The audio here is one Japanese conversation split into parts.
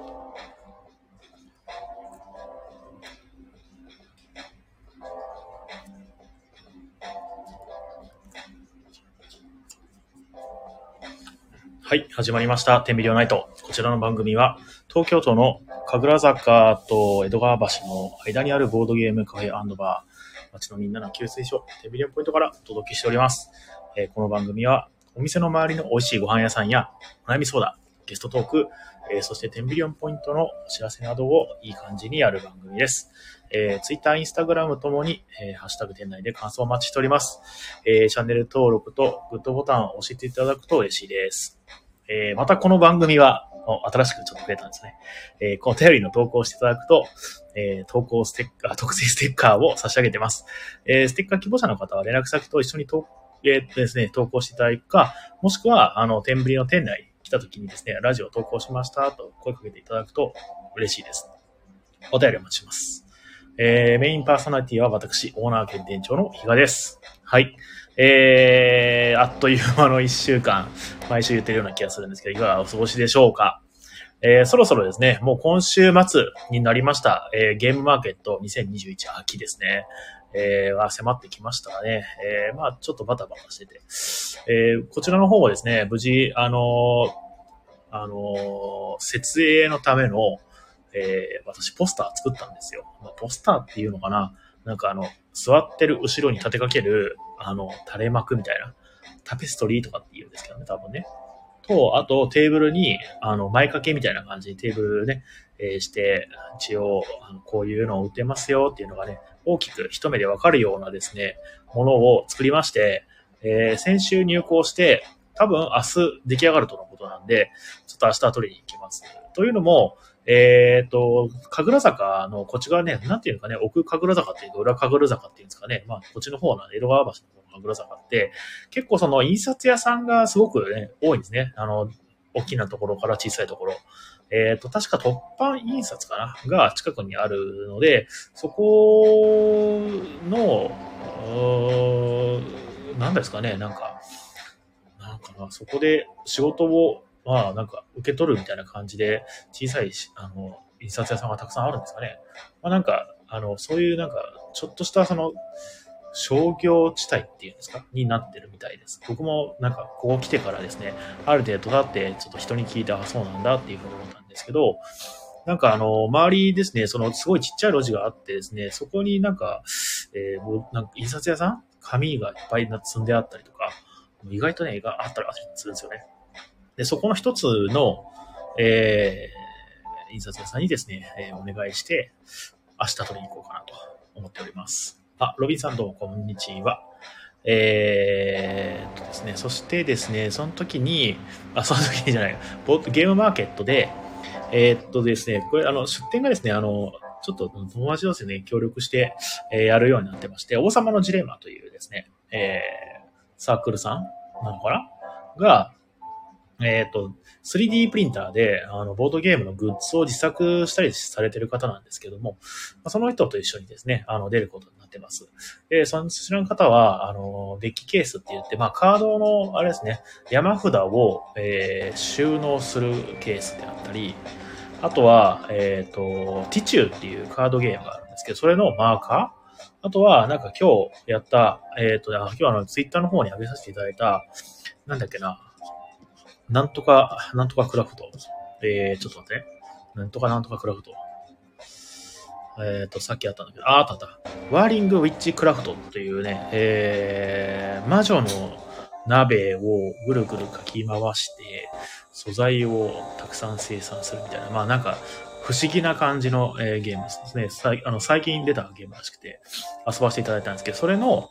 はい、始まりました。テンビリオナイト。こちらの番組は、東京都の神楽坂と江戸川橋の間にあるボードゲームカフェ&バー、街のみんなの給水所、テンビリオンポイントからお届けしております。この番組は、お店の周りの美味しいご飯屋さんや、お悩み相談、ゲストトーク、そしてテンビリオンポイントのお知らせなどをいい感じにやる番組です。Twitter、Instagram ともに、ハッシュタグ店内で感想をお待ちしております。チャンネル登録とグッドボタンを押していただくと嬉しいです。またこの番組は、新しくちょっと増えたんですね。このお便りの投稿をしていただくと、投稿ステッカー、特製ステッカーを差し上げてます。ステッカー希望者の方は連絡先と一緒にですね、投稿していただくか、もしくは、テンブリの店内来た時にですね、ラジオ投稿しましたと声かけていただくと嬉しいです。お便りお待ちします。メインパーソナリティは私、オーナー兼店長の比嘉です。はい。あっという間の1週間、毎週言ってるような気がするんですけど、いかがお過ごしでしょうか。そろそろですね、もう今週末になりました、ゲームマーケット2021秋ですね。は迫ってきましたね。まあちょっとバタバタしてて。こちらの方はですね、無事、設営のための、私ポスター作ったんですよ。ポスターっていうのかな、なんか座ってる後ろに立てかける、垂れ幕みたいな、タペストリーとかって言うんですけどね、多分ね。と、あとテーブルに、前掛けみたいな感じにテーブルね、して、一応、こういうのを売ってますよっていうのがね、大きく一目でわかるようなですね、ものを作りまして、先週入稿して、多分明日出来上がるとのことなんで、ちょっと明日取りに行きます。というのも、神楽坂のこっち側ね、なんていうのかね、奥神楽坂っていうか、裏神楽坂っていうんですかね、まあ、こっちの方の江戸川橋の方の神楽坂って、結構その印刷屋さんがすごくね、多いんですね。大きなところから小さいところ。確か突版印刷かなが近くにあるので、そこの、なんですかね、なんかな、そこで仕事を、まあ、なんか、受け取るみたいな感じで、小さい印刷屋さんがたくさんあるんですかね。まあ、なんか、そういうなんか、ちょっとした商業地帯っていうんですかになってるみたいです。僕もなんか、ここ来てからですね、ある程度経って、ちょっと人に聞いて、あ、そうなんだっていうふうに思ったんですけど、なんか周りですね、すごいちっちゃい路地があってですね、そこになんか、もうなんか印刷屋さん紙がいっぱい積んであったりとか、意外とね、があったりするんですよね。で、そこの一つの、印刷屋さんにですね、お願いして、明日取りに行こうかなと思っております。あ、ロビンさんどうもこんにちは。ですね、そしてですね、その時にじゃない、ゲームマーケットで、ですね、これ出店がですね、ちょっと友達同士でね、協力して、やるようになってまして、王様のジレンマというですね、サークルさんなのかなが、3D プリンターで、ボードゲームのグッズを自作したりされている方なんですけども、その人と一緒にですね、出ることになってます。そちらの方は、デッキケースって言って、まあ、カードの、あれですね、山札を、収納するケースであったり、あとは、ティチューっていうカードゲームがあるんですけど、それのマーカー、あとは、なんか今日やった、今日ツイッターの方に上げさせていただいた、なんだっけな、なんとかクラフト。ちょっと待ってね。なんとかクラフト。さっきあったんだけど、あった。ワーリングウィッチクラフトというね、魔女の鍋をぐるぐるかき回して、素材をたくさん生産するみたいな、まあなんか、不思議な感じの、ゲームですね。最近出たゲームらしくて、遊ばせていただいたんですけど、それの、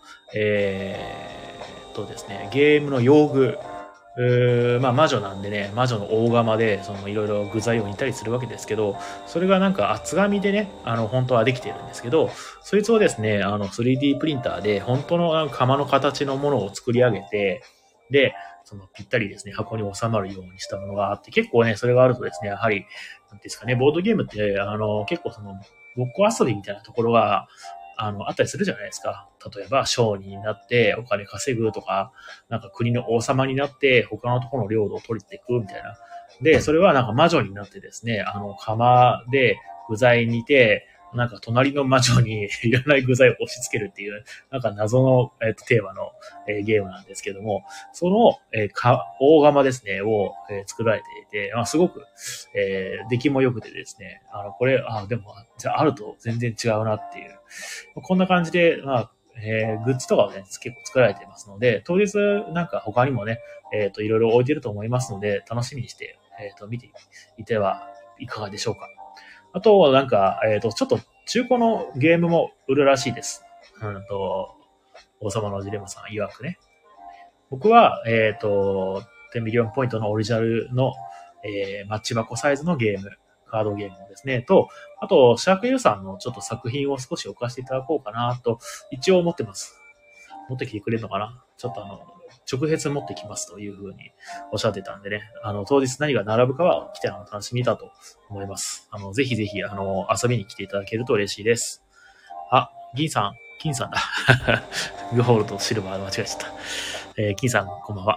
ですね、ゲームの用具、まあ魔女なんでね、魔女の大釜で、いろいろ具材を煮たりするわけですけど、それがなんか厚紙でね、本当はできてるんですけど、そいつをですね、3D プリンターで、本当の釜の形のものを作り上げて、で、ぴったりですね、箱に収まるようにしたものがあって、結構ね、それがあるとですね、やはり、なんですかね、ボードゲームって、結構ごっこ遊びみたいなところが、あったりするじゃないですか。例えば、商人になってお金稼ぐとか、なんか国の王様になって他のところの領土を取りていくみたいな。 で、それはなんか魔女になってですね、釜で具材煮て、なんか隣の魔女にいらない具材を押し付けるっていう、なんか謎の、テーマの、ゲームなんですけども、その、大釜ですね、を、作られていて、すごく、出来も良くてですね、これ、でも、じゃあ、あると全然違うなっていう。こんな感じで、グッズとかをね、結構作られていますので、当日なんか他にもね、いろいろ置いてると思いますので、楽しみにして、見ていてはいかがでしょうか。あと、なんか、ちょっと中古のゲームも売るらしいです。王様のジレンマさん曰くね。僕は、10ミリオンポイントのオリジナルの、マッチ箱サイズのゲーム、カードゲームですね、と、あと、シャークユーさんのちょっと作品を少し置かせていただこうかなと、一応思ってます。持ってきてくれるのかな、ちょっと直接持ってきますというふうにおっしゃってたんでね、当日何が並ぶかは来ての楽しみだと思います。ぜひぜひ、遊びに来ていただけると嬉しいです。銀さんだ。ゴールド、シルバーで間違えちゃった。金さん、こんばんは。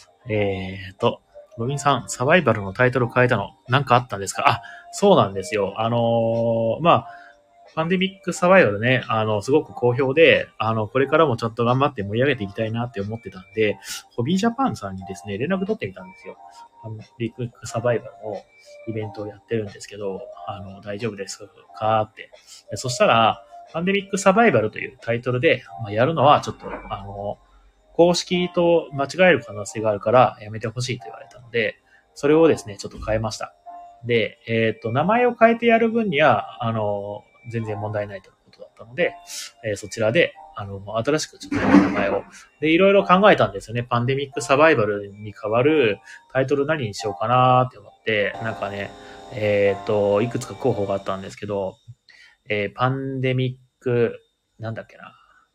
ロビンさん、サバイバルのタイトル変えたの、なんかあったんですか？そうなんですよ。パンデミックサバイバルね、すごく好評で、これからもちょっと頑張って盛り上げていきたいなって思ってたんで、ホビージャパンさんにですね、連絡取ってみたんですよ。パンデミックサバイバルのイベントをやってるんですけど、大丈夫ですかって。そしたら、パンデミックサバイバルというタイトルで、やるのはちょっと、公式と間違える可能性があるからやめてほしいと言われたので、それをですね、ちょっと変えました。で、名前を変えてやる分には、全然問題ないということだったので、そちらで、新しくちょっと名前を。で、いろいろ考えたんですよね。パンデミックサバイバルに代わるタイトル何にしようかなって思って、なんかね、いくつか候補があったんですけど、パンデミック、なんだっけな。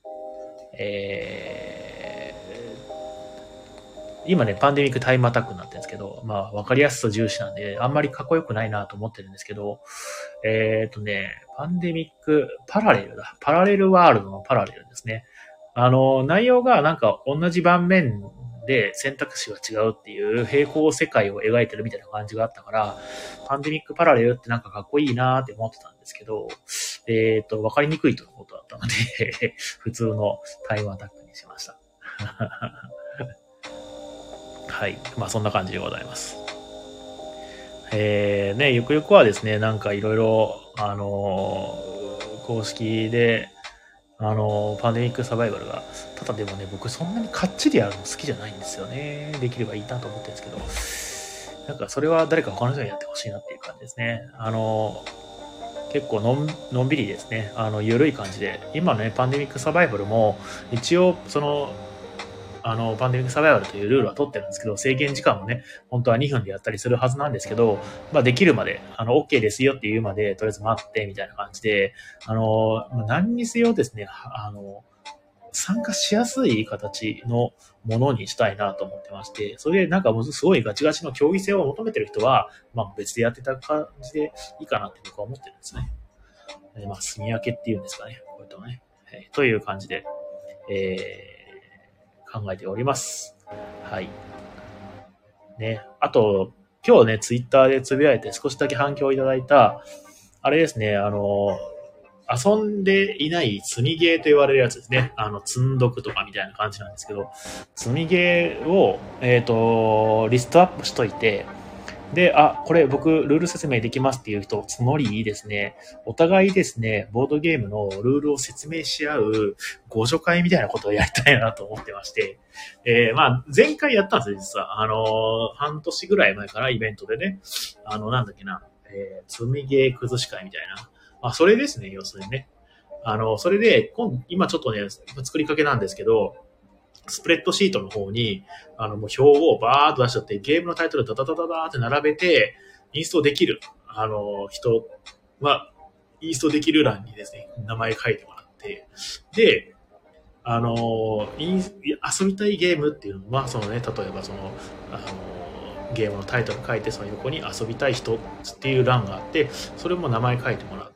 今ね、パンデミックタイムアタックになってるんですけど、わかりやすさ重視なんで、あんまりかっこよくないなと思ってるんですけど、パンデミックパラレルだ。パラレルワールドのパラレルですね。内容がなんか同じ盤面で選択肢が違うっていう平行世界を描いてるみたいな感じがあったから、パンデミックパラレルってなんかかっこいいなーって思ってたんですけど、わかりにくいということだったので、普通のタイムアタックにしました。はい。そんな感じでございます。ゆくゆくはですね、なんかいろいろ、公式で、パンデミックサバイバルが、ただでもね、僕そんなにかっちりやるの好きじゃないんですよね。できればいいなと思ってるんですけど、なんかそれは誰か他の人にやってほしいなっていう感じですね。結構のんびりですね、ゆるい感じで、今のね、パンデミックサバイバルも、一応、パンデミックサバイバルというルールは取ってるんですけど、制限時間もね、本当は2分でやったりするはずなんですけど、できるまで、OK ですよっていうまで、とりあえず待って、みたいな感じで、何にせよですね、参加しやすい形のものにしたいなと思ってまして、それでなんかすごいガチガチの競技性を求めてる人は、別でやってた感じでいいかなって僕は思ってるんですね。住み分けっていうんですかね、こういうのね。という感じで、考えております。はい。ね。あと、今日ね、ツイッターでつぶやいて少しだけ反響をいただいた、あれですね、遊んでいない積みゲーと言われるやつですね。積んどくとかみたいな感じなんですけど、積みゲーを、リストアップしといて、で、これ僕、ルール説明できますっていう人、つもりいいですね。お互いですね、ボードゲームのルールを説明し合う、互助会みたいなことをやりたいなと思ってまして。前回やったんですよ、実は。半年ぐらい前からイベントでね、なんだっけな、積みゲー崩し会みたいな。それですね、要するにね。それで、今ちょっとね、作りかけなんですけど、スプレッドシートの方に、もう表をバーっと出しちゃって、ゲームのタイトルダダダダダーって並べて、インストできる、人は、インストできる欄にですね、名前書いてもらって、で、遊びたいゲームっていうのは、例えばゲームのタイトル書いて、その横に遊びたい人っていう欄があって、それも名前書いてもらって、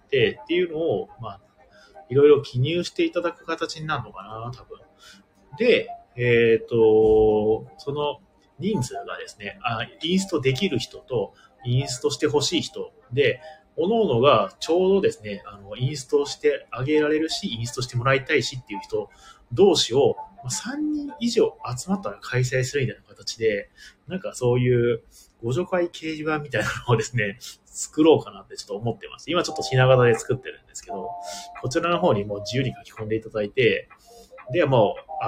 っていうのを、いろいろ記入していただく形になるのかな、多分。で、 人数がですね、インストできる人とインストしてほしい人で、各々がちょうどですね、インストしてあげられるし、インストしてもらいたいしっていう人同士を3人以上集まったら開催するみたいな形で、なんかそういうご助会掲示板みたいなのをですね、作ろうかなってちょっと思ってます。今ちょっとひな形で作ってるんですけど、こちらの方にもう自由に書き込んでいただいて、で、もう、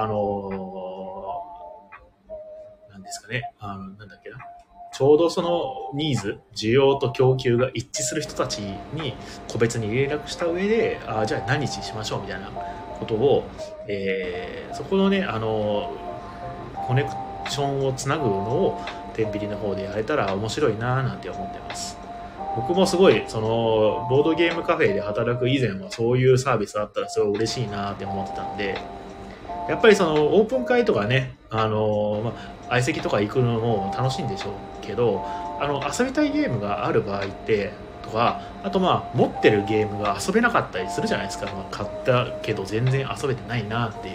なんですかね、なんだっけな。ちょうどそのニーズ、需要と供給が一致する人たちに個別に連絡した上で、じゃあ何日にしましょうみたいなことを、そこのね、コネクションをつなぐのを天秤の方でやれたら面白いなぁなんて思ってます。僕もすごい、その、ボードゲームカフェで働く以前はそういうサービスあったらすごい嬉しいなって思ってたんで、やっぱりそのオープン会とかね、相席とか行くのも楽しいんでしょうけど、遊びたいゲームがある場合って、とか、あと持ってるゲームが遊べなかったりするじゃないですか。買ったけど全然遊べてないなっていう。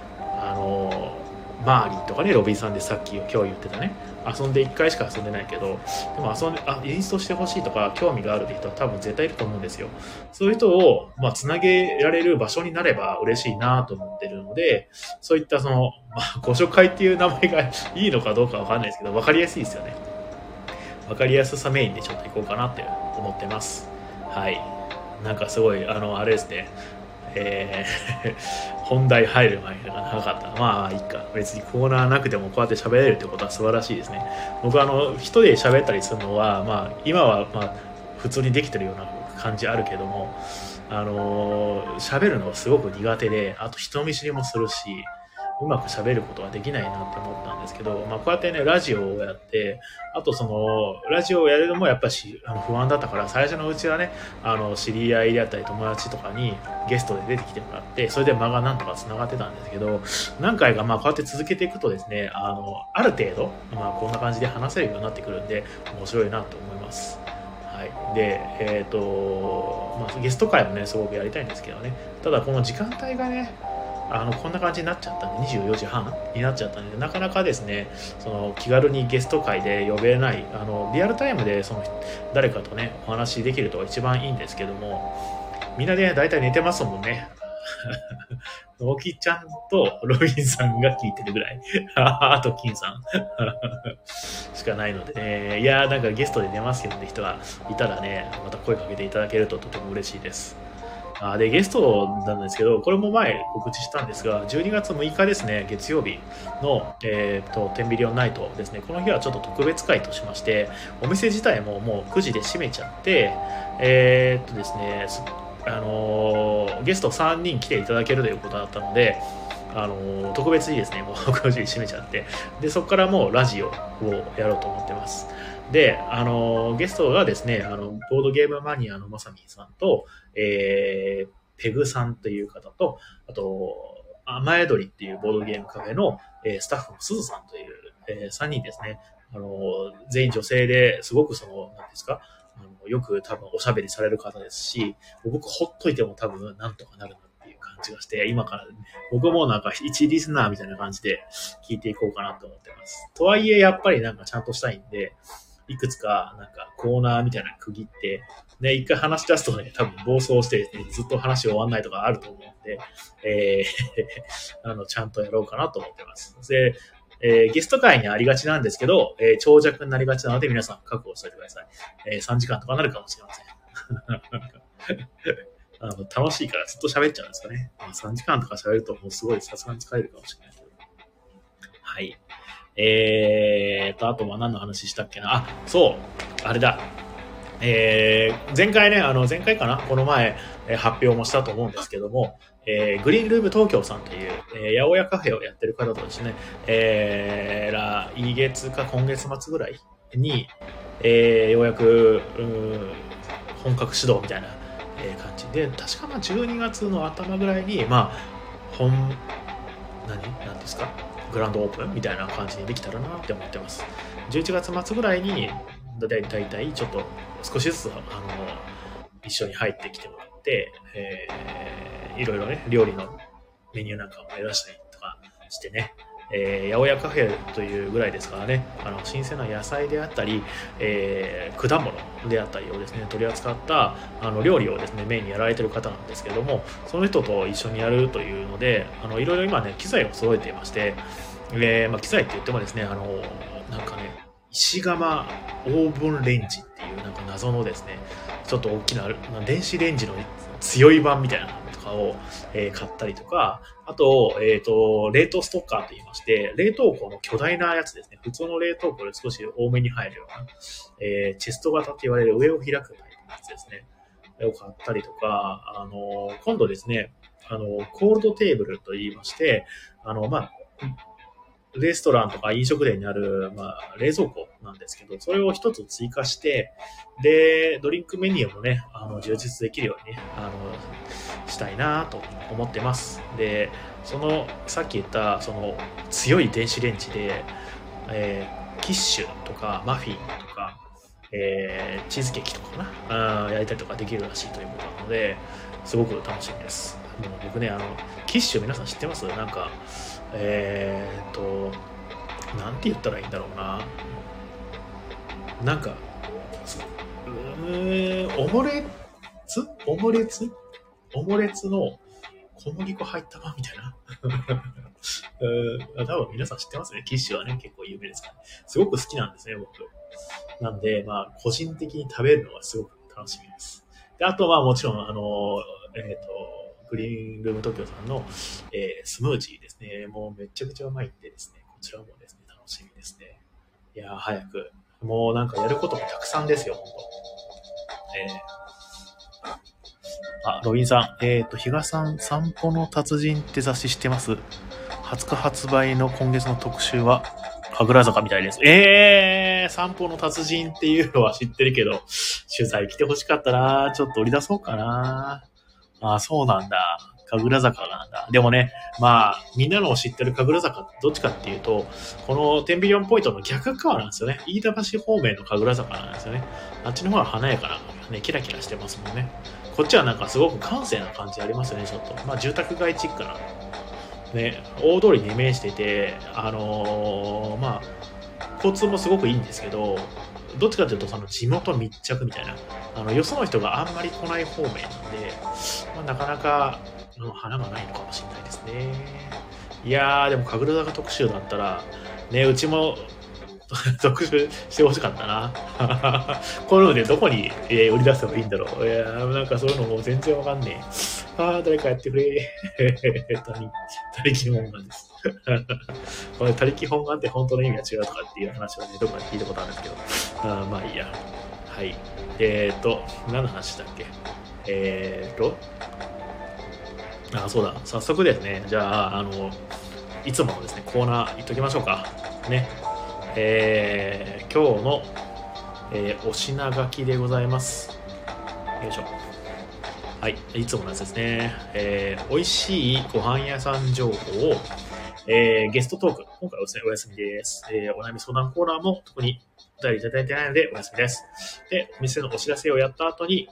マーリーとかね、ロビンさんでさっき今日言ってたね、遊んで1回しか遊んでないけど、でもインストしてほしいとか興味があるって人は多分絶対いると思うんですよ。そういう人を、つなげられる場所になれば嬉しいなと思ってるので、そういったその、ご紹介っていう名前がいいのかどうかわかんないですけど、わかりやすいですよね。わかりやすさメインでちょっと行こうかなって思ってます。はい。なんかすごい、あれですね。本題入る前が長かった。いいか。別にコーナーなくてもこうやって喋れるってことは素晴らしいですね。僕一人で喋ったりするのは、今は普通にできてるような感じあるけども、喋るのがすごく苦手で、あと人見知りもするし、うまく喋ることができないなって思ったんですけど、こうやってね、ラジオをやって、あとその、ラジオをやるのもやっぱし不安だったから、最初のうちはね、知り合いであったり友達とかにゲストで出てきてもらって、それで間がなんとか繋がってたんですけど、何回かこうやって続けていくとですね、ある程度、こんな感じで話せるようになってくるんで、面白いなと思います。はい。で、ゲスト会もね、すごくやりたいんですけどね、ただこの時間帯がね、こんな感じになっちゃったんで、24時半になっちゃったんで、なかなかですね、その気軽にゲスト会で呼べない、リアルタイムでその誰かとね、お話できると一番いいんですけども、みんなね、大体寝てますもんね。おきちゃんとロビンさんが聞いてるぐらい。あと、金さんしかないのでね。いやー、なんかゲストで出ますよって人がいたらね、また声かけていただけるととても嬉しいです。で、ゲストなんですけど、これも前告知したんですが、12月6日ですね、月曜日の、10ビリオンナイトですね、この日はちょっと特別会としまして、お店自体ももう9時で閉めちゃって、ですね、ゲスト3人来ていただけるということだったので、特別にですね、もう9時で閉めちゃって、で、そこからもうラジオをやろうと思ってます。で、ゲストがですね、ボードゲームマニアのまさみんさんと、ペグさんという方と、あと、雨宿りっていうボードゲームカフェの、スタッフのすずさんという、3人ですね。全員女性ですごく何ですか、よく多分おしゃべりされる方ですし、僕ほっといても多分なんとかなるなっていう感じがして、今から、ね、僕もなんか一リスナーみたいな感じで聞いていこうかなと思ってます。とはいえ、やっぱりなんかちゃんとしたいんで、いくつかなんかコーナーみたいなの区切って、ね、一回話し出すとね、多分暴走して、ね、ずっと話終わんないとかあると思うんで、ちゃんとやろうかなと思ってます。で、ゲスト会にありがちなんですけど、長尺になりがちなので皆さん覚悟しておいてください。3時間とかなるかもしれません。楽しいからずっと喋っちゃうんですかね。3時間とか喋るともうすごいさすがに疲れるかもしれないけど。はい。あとは何の話したっけな。そう、あれだ。前回ね、前回かなこの前、発表もしたと思うんですけども、グリーンルーム東京さんという、八百屋カフェをやってる方とですね、来月か今月末ぐらいに、ようやく、本格始動みたいな、感じで、確か12月の頭ぐらいに、なんですかグランドオープンみたいな感じにできたらなって思ってます。11月末ぐらいに、だいたいちょっと少しずつ、一緒に入ってきてもらって、いろいろね、料理のメニューなんかもやらしたりとかしてね、 八百屋カフェというぐらいですからね、新鮮な野菜であったり、果物であったりをですね、取り扱った料理をですね、メインにやられている方なんですけども、その人と一緒にやるというので、いろいろ今ね、機材を揃えていまして、機材って言ってもですね、なんかね、石窯オーブンレンジっていうなんか謎のですね、ちょっと大きな電子レンジの強い版みたいなのとかを、買ったりとか、あと、冷凍ストッカーと言いまして、冷凍庫の巨大なやつですね。普通の冷凍庫で少し多めに入るような、チェスト型って言われる上を開くタイプのやつですね。を買ったりとか、今度ですね、コールドテーブルと言いまして、レストランとか飲食店にある、冷蔵庫なんですけど、それを一つ追加して、で、ドリンクメニューもね、充実できるようにね、したいなと思ってます。で、さっき言った、強い電子レンジで、キッシュとか、マフィンとか、チーズケーキとかかな、焼いたりとかできるらしいということなので、すごく楽しみです。もう僕ね、キッシュ皆さん知ってます？なんか、なんて言ったらいいんだろうな。なんか、オムレツの小麦粉入ったまみたいな。多分皆さん知ってますね。キッシュはね、結構有名ですから、ね。すごく好きなんですね、僕。なんで、個人的に食べるのはすごく楽しみです。で、あとはもちろん、グリーンルーム東京さんの、スムージーですね。もうめちゃくちゃうまいんでですね、こちらもですね、楽しみですね。いやー、早く。もうなんかやることがたくさんですよ、ほんと。ロビンさん。比嘉さん、散歩の達人って雑誌知ってます？20日発売の今月の特集は、神楽坂みたいです。散歩の達人っていうのは知ってるけど、取材来てほしかったな。ちょっと売り出そうかな。そうなんだ。神楽坂なんだ。でもね、みんなの知ってる神楽坂ってどっちかっていうと、このテンビリオンポイントの逆側なんですよね。飯田橋方面の神楽坂なんですよね。あっちの方が華やかな、ね、キラキラしてますもんね。こっちはなんかすごく閑静な感じありますよね、ちょっと。住宅街チックな。ね、大通りに面してて、交通もすごくいいんですけど、どっちかというとその地元密着みたいな、よその人があんまり来ない方面なんで、なかなか花がないのかもしれないですね。いやー、でも神楽坂特集だったら、ね、うちも特集してほしかったな。このでどこに、売り出せばいいんだろう。いやー、なんかそういうのもう全然わかんねえ。誰かやってくれ。他力本願です。これ他力本願って本当の意味が違うとかっていう話はね、どこかで聞いたことあるんですけど。いいや。はい。何の話だっけ？そうだ。早速ですね。じゃあ、いつものですね、コーナー行っときましょうか。ね。今日の、お品書きでございます。よいしょ。はい。いつものやつですね。美味しいご飯屋さん情報を、ゲストトーク。今回はですね、お休みです。お悩み相談コーナーも特にお便りいただいてないのでお休みです。で、お店のお知らせをやった後に、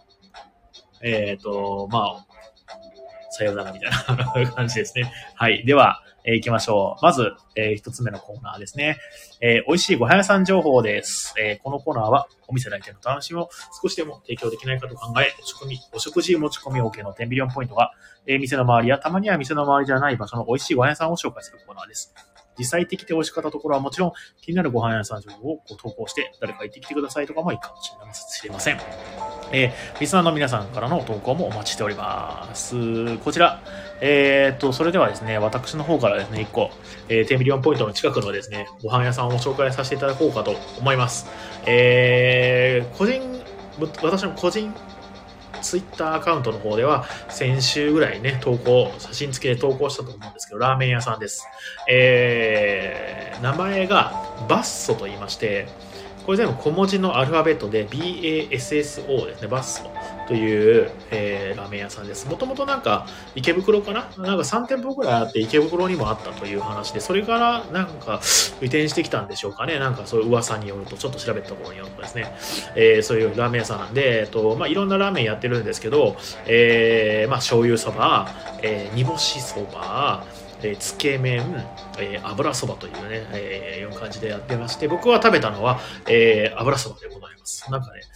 さようならみたいな感じですね。はい。では、行きましょう。まず、一つ目のコーナーですね。美味しいご飯屋さん情報です。このコーナーは、お店来店の楽しみを少しでも提供できないかと考え、お食事持ち込み OK の10ビリオンポイントが、店の周りやたまには店の周りじゃない場所の美味しいご飯屋さんを紹介するコーナーです。実際行ってきて美味しかったところはもちろん、気になるご飯屋さん情報を投稿して、誰か行ってきてくださいとかもいいかもしれません。リスナーの皆さんからの投稿もお待ちしております。こちら、それではですね、私の方からですね、1個、10ミリオンポイントの近くのですね、ご飯屋さんを紹介させていただこうかと思います。私の個人ツイッターアカウントの方では先週ぐらいね、写真付きで投稿したと思うんですけど、ラーメン屋さんです。名前がバッソと言いまして、これ全部小文字のアルファベットで BASSO ですね、バッソという、ラーメン屋さんです。もともとなんか池袋かななんか3店舗くらいあって池袋にもあったという話で、それからなんか移転してきたんでしょうかね。なんかそういう噂によると、ちょっと調べたところによるとですね、そういうラーメン屋さんで、いろんなラーメンやってるんですけど、醤油そば、煮干しそば、 つけ麺、油そばというね、いう感じでやってまして、僕は食べたのは、油そばでございます。なんかね、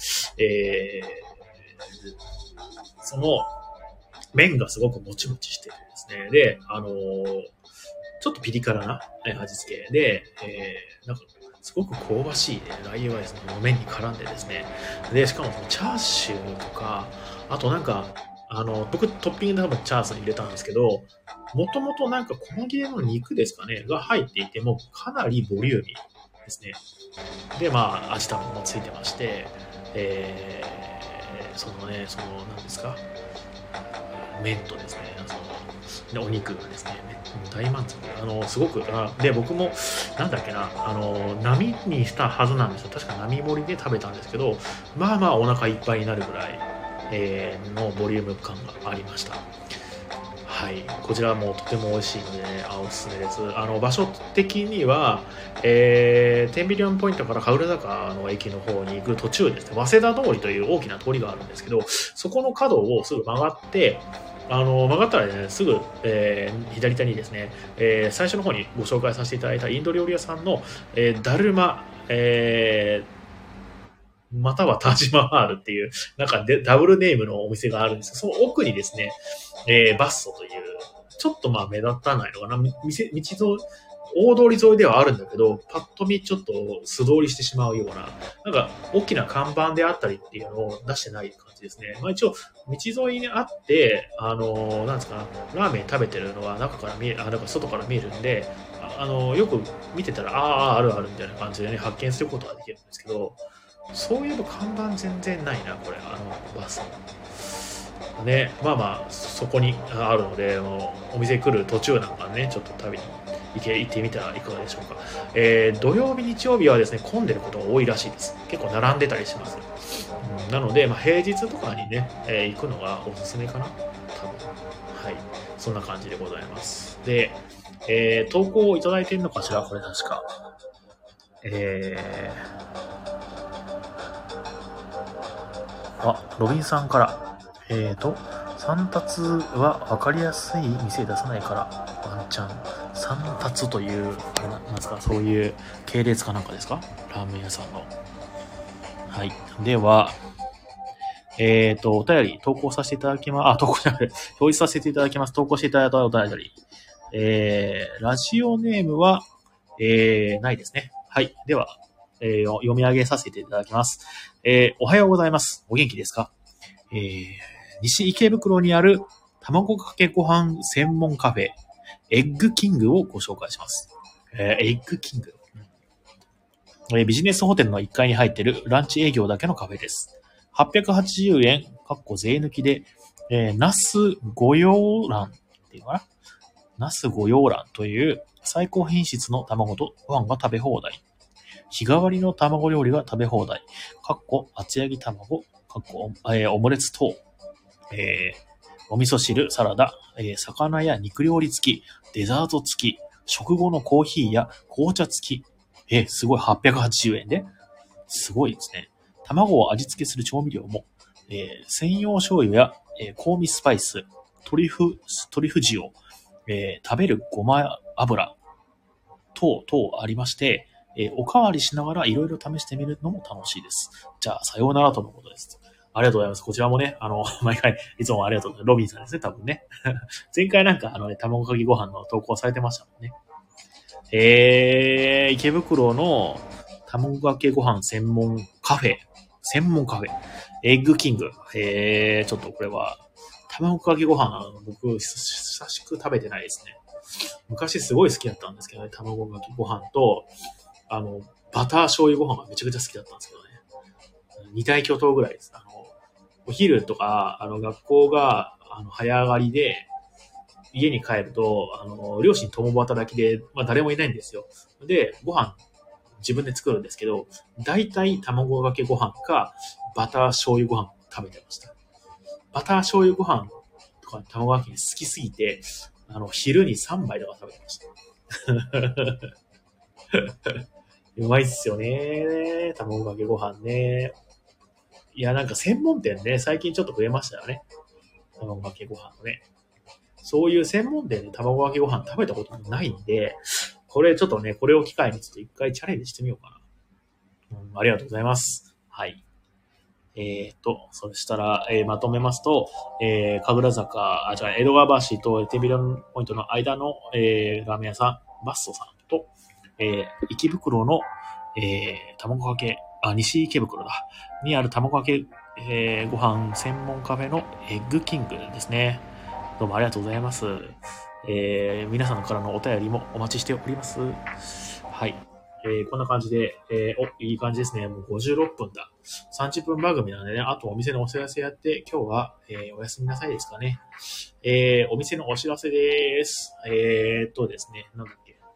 その麺がすごくもちもちしてるんですね。で、ちょっとピリ辛な味付けで、なんかすごく香ばしいね、ラー油がですね、麺に絡んでですね。で、しかもチャーシューとか、あとなんか、僕トッピングで多分チャーシューに入れたんですけど、もともとなんか細切れの肉ですかね、が入っていてもかなりボリューミーですね。で、まあ、味玉もついてまして、えなんですか、麺とですね、お肉がですね、大満足。すごく、で、僕も、なんだっけな、並にしたはずなんですよ。確か並盛りで食べたんですけど、まあまあお腹いっぱいになるぐらい、のボリューム感がありました。はい。こちらもとても美味しいので、おすすめです。場所的には、テンビリオンポイントから神楽坂の駅の方に行く途中ですね、早稲田通りという大きな通りがあるんですけど、そこの角をすぐ曲がって、曲がったらね、すぐ、左手にですね、最初の方にご紹介させていただいたインド料理屋さんの、だるま、またはタージマハールっていう、なんかダブルネームのお店があるんですけど、その奥にですね、バッソという、ちょっとまあ目立たないのかな、大通り沿いではあるんだけど、パッと見ちょっと素通りしてしまうような、なんか大きな看板であったりっていうのを出してない感じですね。まあ一応、道沿いにあって、なんですかな、ラーメン食べてるのは中から見え、なんか外から見えるんで、よく見てたら、あるあるみたいな感じでね、発見することができるんですけど、そういえば看板全然ないな、これ、バス。ね、まあまあ、そこにあるので、お店来る途中なんかね、ちょっと旅に行ってみたらいかがでしょうか。土曜日、日曜日はですね、混んでることが多いらしいです。結構並んでたりします。なので、まあ、平日とかにね、行くのがおすすめかな、多分。はい。そんな感じでございます。で、投稿をいただいてるのかしら、これ確か。ロビンさんから、三達は分かりやすい店出さないから、ワンチャン。三達という、なんですか、そういう系列かなんかですか、ラーメン屋さんの。はい。では、お便り投稿させていただきます。投稿じゃなくて、表示させていただきます。投稿していただいたお便り。ラジオネームは、ないですね。はい。では、読み上げさせていただきます。おはようございます。お元気ですか？西池袋にある卵かけご飯専門カフェ、エッグキングをご紹介します。エッグキング。ビジネスホテルの1階に入っているランチ営業だけのカフェです。880円、税抜きで、ナス御用卵っていうのかな、ナス御用卵という最高品質の卵とご飯が食べ放題。日替わりの卵料理が食べ放題。厚焼き卵、オムレツ等。お味噌汁、サラダ、魚や肉料理付き、デザート付き、食後のコーヒーや紅茶付き。すごい、880円で。すごいですね。卵を味付けする調味料も、専用醤油や、香味スパイス、トリュフ塩、食べるごま油等々ありまして、おかわりしながらいろいろ試してみるのも楽しいです。じゃあ、さようならとのことです。ありがとうございます。こちらもね、毎回、いつもありがとうございます。ロビンさんですね、多分ね。前回なんか、卵かけご飯の投稿されてましたもんね。池袋の卵かけご飯専門カフェ、エッグキング。ちょっとこれは、卵かけご飯、僕、久しく食べてないですね。昔すごい好きだったんですけどね、卵かけご飯と、バター醤油ご飯がめちゃくちゃ好きだったんですけどね。二大巨頭ぐらいです。お昼とか、学校が、早上がりで、家に帰ると、両親共働きで、まあ誰もいないんですよ。で、ご飯自分で作るんですけど、大体卵かけご飯か、バター醤油ご飯食べてました。バター醤油ご飯とか卵かけ好きすぎて、昼に3杯とか食べてました。うまいっすよね。卵かけご飯ね。いや、なんか専門店ね、最近ちょっと増えましたよね。卵かけご飯のね。 そういう専門店で卵かけご飯食べたこともないんで、これちょっとね、これを機会にちょっと一回チャレンジしてみようかな。ありがとうございます。はい。そしたら、まとめますと、神楽坂、江戸川橋とテンビリオンポイントの間の、ラーメン屋さん、バッソさんと、池袋の、卵かけ、西池袋だ、にある卵かけ、ご飯専門カフェのエッグキングですね。どうもありがとうございます。皆さんからのお便りもお待ちしております。はい。こんな感じで、いい感じですね。もう56分だ。30分番組なんでね、あとお店のお知らせやって、今日は、おやすみなさいですかね。お店のお知らせです。ですね、なんだっけ。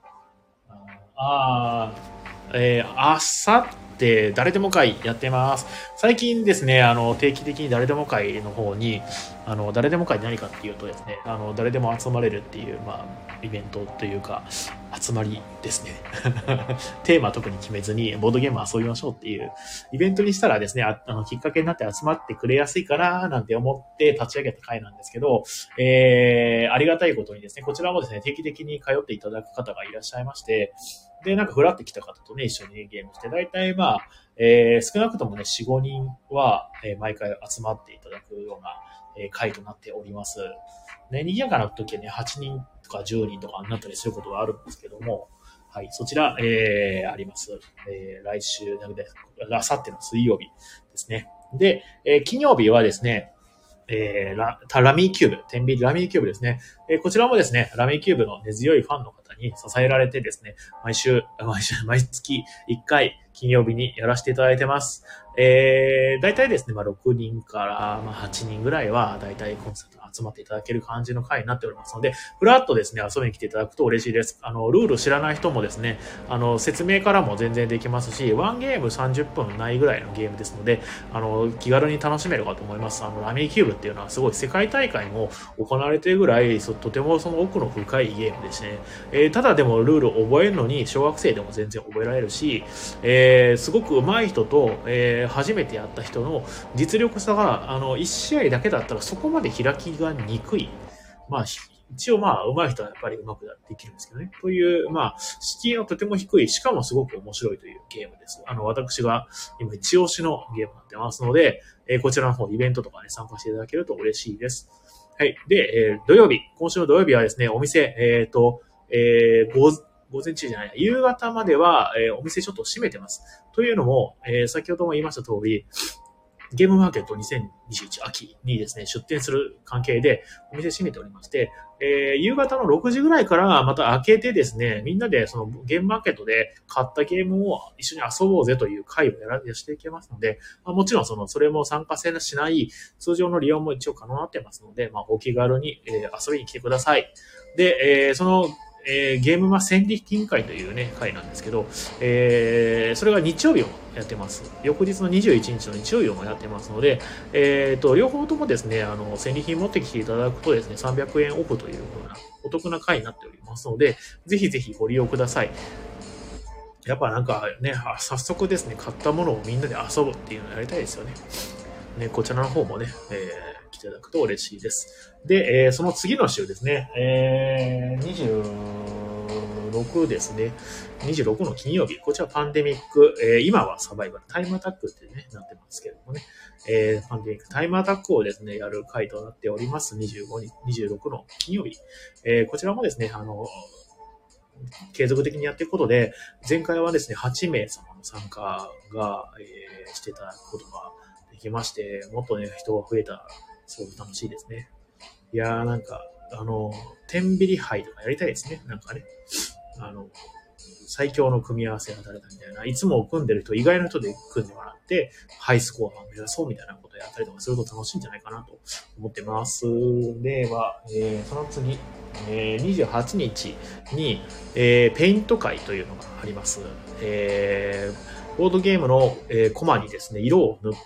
あさって誰でも会やってます。最近ですね、定期的に誰でも会の方に、誰でも会って何かっていうとですね、誰でも集まれるっていう、イベントというか、集まりですね。テーマ特に決めずに、ボードゲーム遊びましょうっていうイベントにしたらですね、きっかけになって集まってくれやすいかな、なんて思って立ち上げた会なんですけど、ありがたいことにですね、こちらもですね、定期的に通っていただく方がいらっしゃいまして、で、なんかフラってきた方とね、一緒にゲームして、だいたい少なくともね、4、5人は、毎回集まっていただくような、会となっております。ね、賑やかな時はね、8人とか10人とかになったりすることがあるんですけども、はい、そちら、あります。来週、あさっての水曜日ですね。で、金曜日はですね、ラミーキューブ、天秤ラミーキューブですね。こちらもですね、ラミーキューブの根強いファンの方に支えられてですね、毎月1回金曜日にやらせていただいてます。大体ですね、6人から8人ぐらいは大体コンサート集まっていただける感じの回になっておりますので、ふらっとですね、遊びに来ていただくと嬉しいです。ルール知らない人もですね、説明からも全然できますし、ワンゲーム30分ないぐらいのゲームですので、気軽に楽しめるかと思います。ラミーキューブっていうのはすごい世界大会も行われているぐらい、とてもその奥の深いゲームですね。ただでもルールを覚えるのに小学生でも全然覚えられるし、すごく上手い人と、初めてやった人の実力差が1試合だけだったらそこまで開きがにくい。一応上手い人はやっぱり上手くできるんですけどね。という、敷居がとても低い、しかもすごく面白いというゲームです。私が今一押しのゲームになってますので、こちらの方イベントとかね、参加していただけると嬉しいです。はい。で、今週の土曜日はですね、お店、午前中じゃない、夕方までは、お店ちょっと閉めてます。というのも、先ほども言いました通り、ゲームマーケット2021秋にですね、出店する関係でお店閉めておりまして、夕方の6時ぐらいからまた開けてですね、みんなでそのゲームマーケットで買ったゲームを一緒に遊ぼうぜという会をやしていけますので、もちろんそれも参加せしない通常の利用も一応可能になってますので、お気軽に、遊びに来てください。で、ゲームマ戦利品会というね、会なんですけど、それが日曜日をやってます。翌日の21日の日曜日もやってますので、両方ともですね、戦利品持ってきていただくとですね、300円オフというようなお得な会になっておりますので、ぜひぜひご利用ください。やっぱなんかね、早速ですね、買ったものをみんなで遊ぶっていうのをやりたいですよね。ね、こちらの方もね、来ていただくと嬉しいです。で、その次の週ですね、26ですね。26の金曜日。こちらパンデミック、今はサバイバル、タイムアタックってね、なってますけどもね。パンデミック、タイムアタックをですね、やる回となっております。26の金曜日。こちらもですね、継続的にやっていくことで、前回はですね、8名様の参加が、していただくことができまして、もっとね、人が増えたら、すごく楽しいですね。いやーなんか、天秤杯とかやりたいですね。なんかね、最強の組み合わせが誰だみたいな、いつも組んでる人、意外な人で組んでもらって、ハイスコアを目指そうみたいなことをやったりとかすると楽しいんじゃないかなと思ってます。では、その次、28日に、ペイント会というのがあります。ボードゲームの、コマにですね、色を塗って、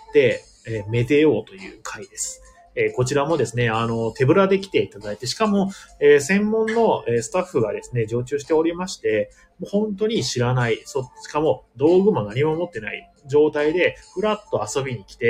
めでようという会です。こちらもですね、手ぶらで来ていただいて、しかも、専門のスタッフがですね、常駐しておりまして、もう本当に知らない、しかも道具も何も持ってない状態で、ふらっと遊びに来て、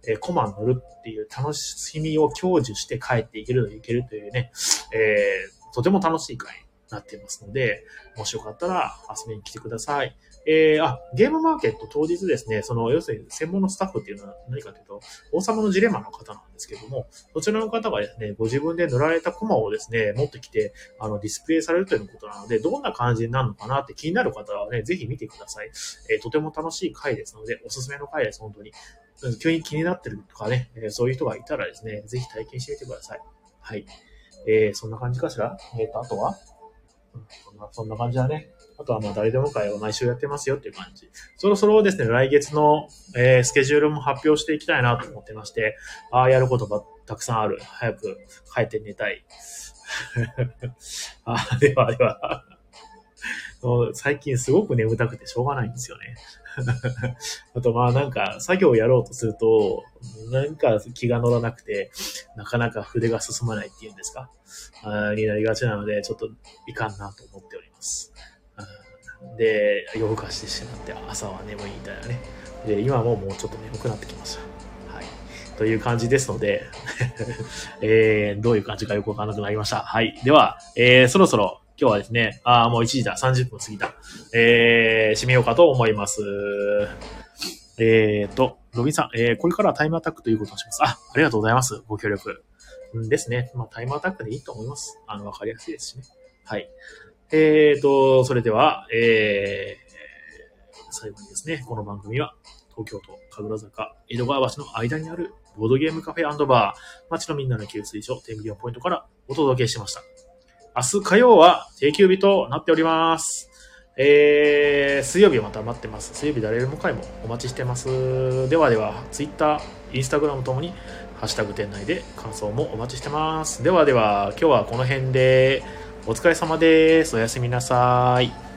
コマに乗るっていう楽しみを享受して帰っていけるというね、とても楽しい回になっていますので、もしよかったら遊びに来てください。ゲームマーケット当日ですね、要するに専門のスタッフっていうのは何かというと、王様のジレンマの方なんですけども、そちらの方がですね、ご自分で塗られたコマをですね、持ってきて、ディスプレイされるということなので、どんな感じになるのかなって気になる方はね、ぜひ見てください。とても楽しい回ですので、おすすめの回です、本当に。急に気になってるとかね、そういう人がいたらですね、ぜひ体験してみてください。はい。そんな感じかしら？あとはそんな感じだね。あとは誰でも会を毎週やってますよっていう感じ。そろそろですね、来月の、スケジュールも発表していきたいなと思ってまして、やることがたくさんある。早く帰って寝たい。では。最近すごく眠たくてしょうがないんですよね。あとなんか作業をやろうとすると、なんか気が乗らなくて、なかなか筆が進まないっていうんですか、になりがちなので、ちょっといかんなと思っております。で、夜更かしてしまって朝は眠いみたいなね。で、今もうちょっと眠くなってきました。はい。という感じですので、どういう感じかよくわからなくなりました。はい。では、そろそろ今日はですね、もう1時だ、30分過ぎた。締めようかと思います。ロビンさん、これからはタイムアタックということをします。ありがとうございます。ご協力。ですね。タイムアタックでいいと思います。わかりやすいですしね。はい。それでは、最後にですね、この番組は、東京都神楽坂江戸川橋の間にあるボードゲームカフェ&バー、街のみんなの給水所、10ミリオンポイントからお届けしました。明日火曜は定休日となっております。水曜日また待ってます。水曜日誰でも会もお待ちしてます。ではでは、Twitter、Instagram ともに、ハッシュタグ店内で感想もお待ちしてます。ではでは、今日はこの辺でお疲れ様です。おやすみなさい。